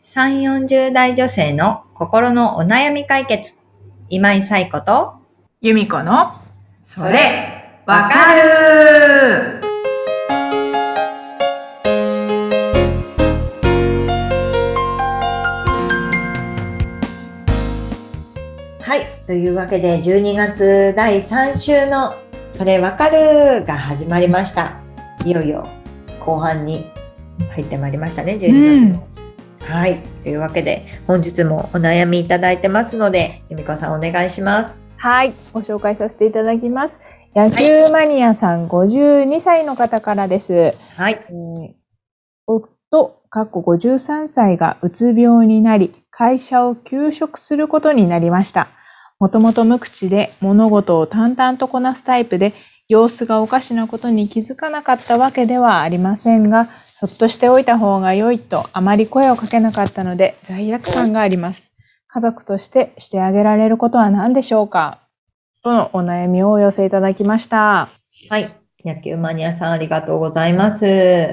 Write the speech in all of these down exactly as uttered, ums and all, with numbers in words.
さんじゅう、よんじゅう代女性の心のお悩み解決。今井彩子と由美子のそれわかる。はい、というわけでじゅうにがつだいさん週のそれわかるが始まりました。いよいよ後半に入ってまいりましたね、じゅうにがつの、うん、はい、というわけで本日もお悩みいただいてますので、由美子さんお願いします。 はい、ご紹介させていただきます。野球マニアさん、ごじゅうにさいの方からです。 はい。 えー、夫、かっこごじゅうさんさいがうつ病になり、会社を休職することになりました。もともと無口で物事を淡々とこなすタイプで、様子がおかしなことに気づかなかったわけではありませんが、そっとしておいた方が良いとあまり声をかけなかったので罪悪感があります。家族としてしてあげられることは何でしょうか、とのお悩みをお寄せいただきました。 はい。野球マニアさんありがとうございます。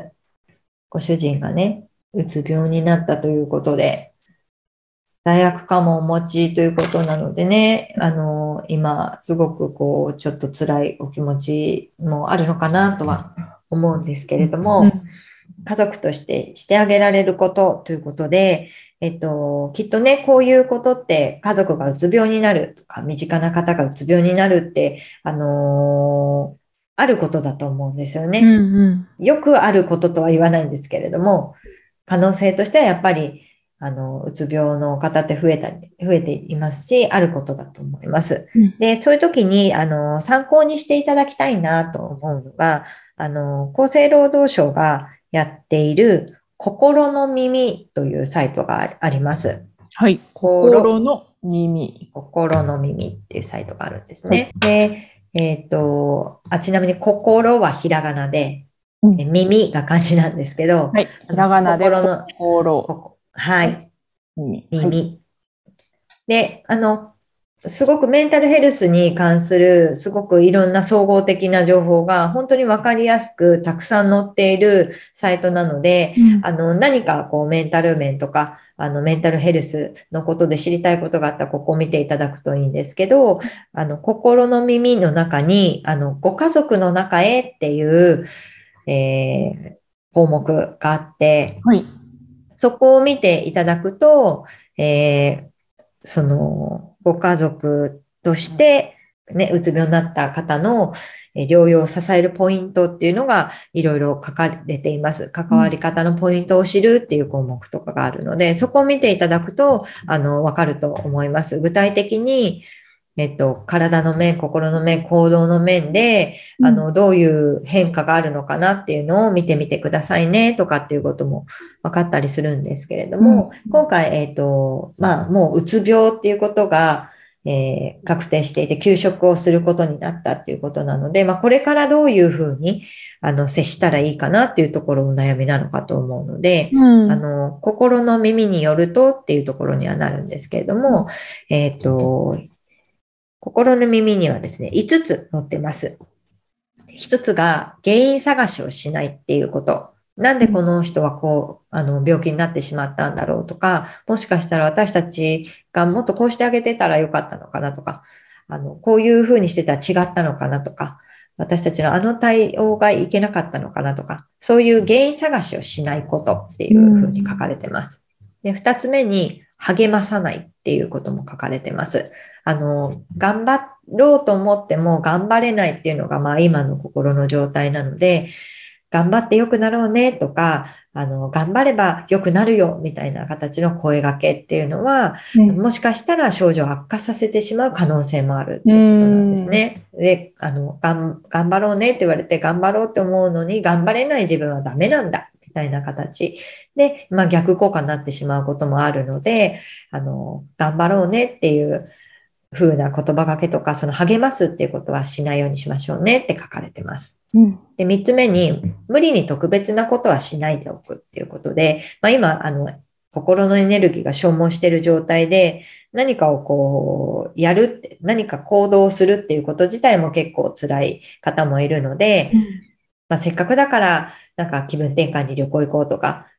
ご主人がね、うつ病になったということで、罪悪感もお持ちということなのでね、あの、今、すごくこう、ちょっと辛いお気持ちもあるのかなとは思うんですけれども、うん、家族としてしてあげられることということで、えっと、きっとね、こういうことって家族がうつ病になるとか、身近な方がうつ病になるって、あのー、あることだと思うんですよね、うんうん。よくあることとは言わないんですけれども、可能性としてはやっぱり、あの、うつ病の方って増えたり、増えていますし、あることだと思います。うん、で、そういう時に、あの、参考にしていただきたいなと思うのが、あの、厚生労働省がやっている、心の耳というサイトがあります。 はい。心の耳。 心の耳っていうサイトがあるんですね。はい、で、えっと、あ、ちなみに心はひらがなで、うん、耳が漢字なんですけど、 はい。ひらがなで心の、 心。 はい。耳。耳。はい、で、あの、すごくメンタルヘルスに関するすごくいろんな総合的な情報が本当にわかりやすくたくさん載っているサイトなので、うん、あの何かこうメンタル面とかあのメンタルヘルスのことで知りたいことがあったらここを見ていただくといいんですけど、あの心の耳の中にあのご家族の中へっていう、えー、項目があって、はい、そこを見ていただくと、えーその、ご家族として、ね、うつ病になった方の療養を支えるポイントっていうのがいろいろ書かれています。関わり方のポイントを知るっていう項目とかがあるので、そこを見ていただくと、あの、わかると思います。具体的に、えっと、体の面、心の面、行動の面で、あの、どういう変化があるのかなっていうのを見てみてくださいね、とかっていうことも分かったりするんですけれども、うん、今回、えっと、まあ、もううつ病っていうことが、えー、確定していて、休職をすることになったっていうことなので、まあ、これからどういうふうに、あの、接したらいいかなっていうところお悩みなのかと思うので、うん、あの、心の耳によるとっていうところにはなるんですけれども、えっと、心の耳にはですね、いつつ載ってます。ひとつが原因探しをしないっていうこと。なんでこの人はこう、あの、病気になってしまったんだろうとか、もしかしたら私たちがもっとこうしてあげてたらよかったのかなとか、あの、こういうふうにしてたら違ったのかなとか、私たちのあの対応がいけなかったのかなとか、そういう原因探しをしないことっていうふうに書かれてます。で、二つ目に励まさないっていうことも書かれてます。あの、頑張ろうと思っても頑張れないっていうのが、まあ今の心の状態なので、頑張って良くなろうねとか、あの、頑張れば良くなるよみたいな形の声掛けっていうのは、うん、もしかしたら症状を悪化させてしまう可能性もあるっていうことなんですね。で、あの、頑張ろうねって言われて頑張ろうって思うのに、頑張れない自分はダメなんだ。みたいな形で、まあ逆効果になってしまうこともあるので、あの、頑張ろうねっていう風な言葉がけとか、その励ますっていうことはしないようにしましょうねって書かれてます。うん、で、三つ目に、無理に特別なことはしないでおくっていうことで、まあ今、あの、心のエネルギーが消耗している状態で、何かをこう、やるって、何か行動するっていうこと自体も結構辛い方もいるので、うん、まあせっかくだから、なんか気分転換に旅行行こうとか、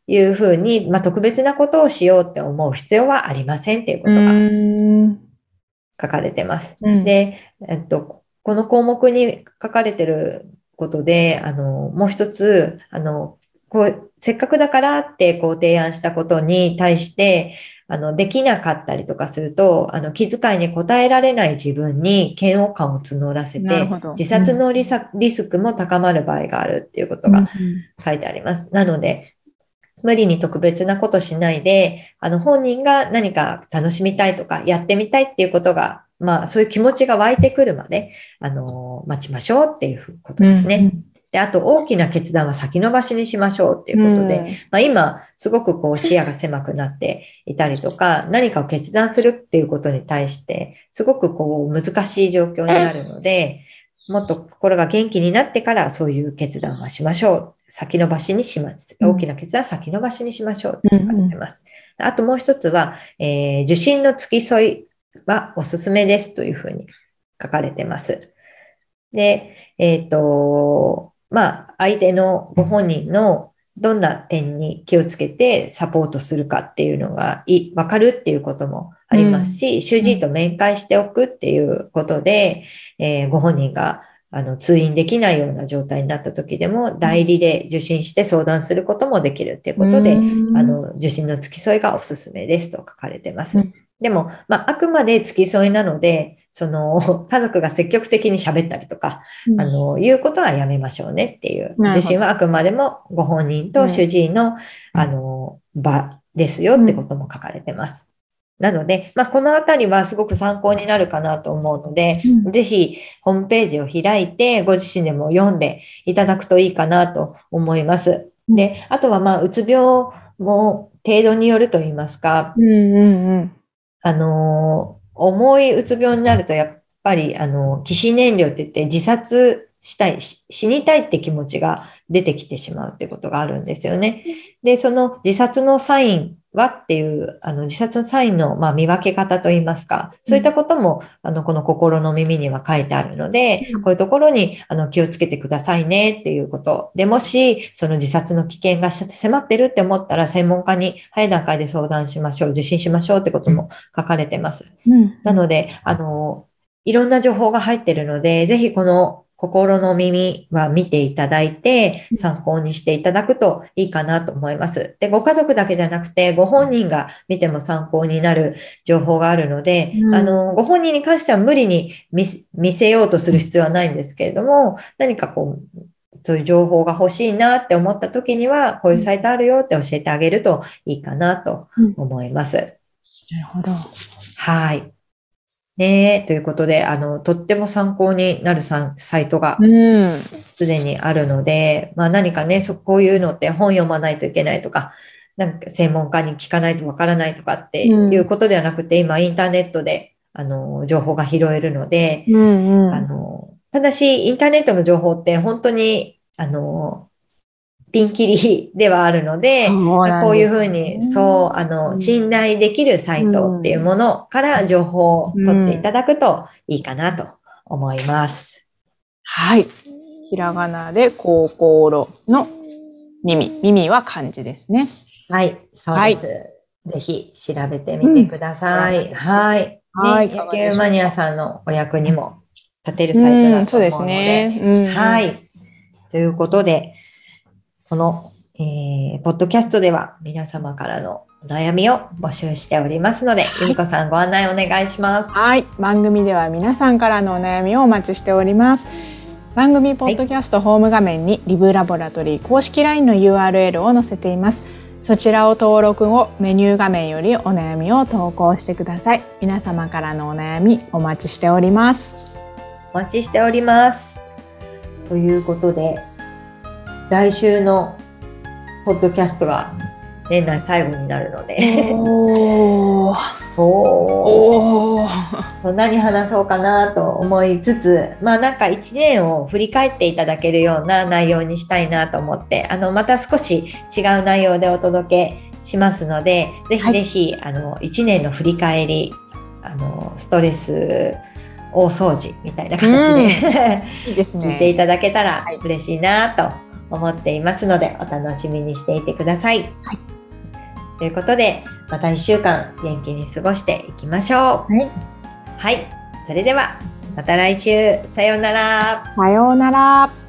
いうふうに、まあ、特別なことをしようって思う必要はありませんっていうことが書かれてます。 うん、 で、えっと、この項目に書かれてることで、あの、もう一つ、あの、こう、せっかくだからってこう提案したことに対して、あの、できなかったりとかすると、あの、気遣いに応えられない自分に嫌悪感を募らせて、自殺のリサ、リスクも高まる場合があるっていうことが書いてあります。なので、無理に特別なことしないで、あの、本人が何か楽しみたいとか、やってみたいっていうことが、まあ、そういう気持ちが湧いてくるまで、あの、待ちましょうっていうことですね。うんうん、で、あと、大きな決断は先延ばしにしましょうっていうことで、うん、まあ、今、すごくこう視野が狭くなっていたりとか、何かを決断するっていうことに対して、すごくこう難しい状況にあるので、もっと心が元気になってからそういう決断はしましょう。先延ばしにします。大きな決断は先延ばしにしましょうって書かれてます。うんうん、あともう一つは、えー、受診の付き添いはおすすめですというふうに書かれてます。で、えっと、まあ、相手のご本人のどんな点に気をつけてサポートするかっていうのがいわかるっていうこともありますし、うん、主治医と面会しておくっていうことで、えー、ご本人があの通院できないような状態になった時でも代理で受診して相談することもできるっていうことで、うん、あの受診の付き添いがおすすめですと書かれてます。うん、でも、まあ、あくまで付き添いなので、その、家族が積極的に喋ったりとか、うん、あの、いうことはやめましょうねっていう。受診はあくまでもご本人と主治医の、うん、あの、場ですよってことも書かれてます。うん、なので、まあ、このあたりはすごく参考になるかなと思うので、うん、ぜひ、ホームページを開いて、ご自身でも読んでいただくといいかなと思います。うん、で、あとは、まあ、うつ病も程度によると言いますか、うんうんうん、あの、重いうつ病になるとやっぱりあの起死燃料って言って自殺したい、死にたいって気持ちが出てきてしまうってことがあるんですよね。で、その自殺のサインはっていうあの自殺のサインのまあ見分け方といいますか、そういったこともあのこの心の耳には書いてあるので、こういうところにあの気をつけてくださいねっていうことで、もしその自殺の危険が迫ってるって思ったら専門家に早い段階で相談しましょう、受診しましょうってことも書かれてます。うん、なので、あの、いろんな情報が入ってるので、ぜひこの心の耳は見ていただいて、参考にしていただくといいかなと思います。で、ご家族だけじゃなくて、ご本人が見ても参考になる情報があるので、うん、あの、ご本人に関しては無理に 見, 見せようとする必要はないんですけれども、何かこう、そういう情報が欲しいなって思った時には、こういうサイトあるよって教えてあげるといいかなと思います。うん、なるほど。 はい。ねえ、ということで、あの、とっても参考になるサイトがすでにあるので、うん、まあ何かね、そこういうのって本読まないといけないとか、なんか専門家に聞かないとわからないとかっていうことではなくて、うん、今インターネットで、あの、情報が拾えるので、うんうん、あの、ただし、インターネットの情報って本当に、あの、ピンキリではあるので、こういうふうに、そう、あの、信頼できるサイトっていうものから情報を取っていただくといいかなと思います。 うん、はい。ひらがなで、心の耳。耳は漢字ですね。 はい、そうです。はい、ぜひ調べてみてください。うん、はい。はい。ね、野球マニアさんのお役にも立てるサイトだと思うので、うん、そうですね。うん、はい。ということで、この、えー、ポッドキャストでは皆様からのお悩みを募集しておりますので、はい、由美子さんご案内お願いします。 はい。番組では皆さんからのお悩みをお待ちしております。番組ポッドキャストホーム画面にリブラボラトリー公式 ライン の ユーアールエル を載せています。そちらを登録後、メニュー画面よりお悩みを投稿してください。皆様からのお悩みお待ちしております。 お待ちしております。ということで、来週のポッドキャストが年内最後になるのでおーおー何話そうかなと思いつつ、まあなんかいちねんを振り返っていただけるような内容にしたいなと思って、あのまた少し違う内容でお届けしますので、ぜひぜひ、はい、あのいちねんの振り返り、あのストレス大掃除みたいな形で、うん、いいですね、聞いていただけたら嬉しいなと思っていますので、お楽しみにしていてください。 はい、 ということで、またいっしゅうかん元気に過ごしていきましょう。 はい、 はい、それではまた来週、さようなら。 さようなら。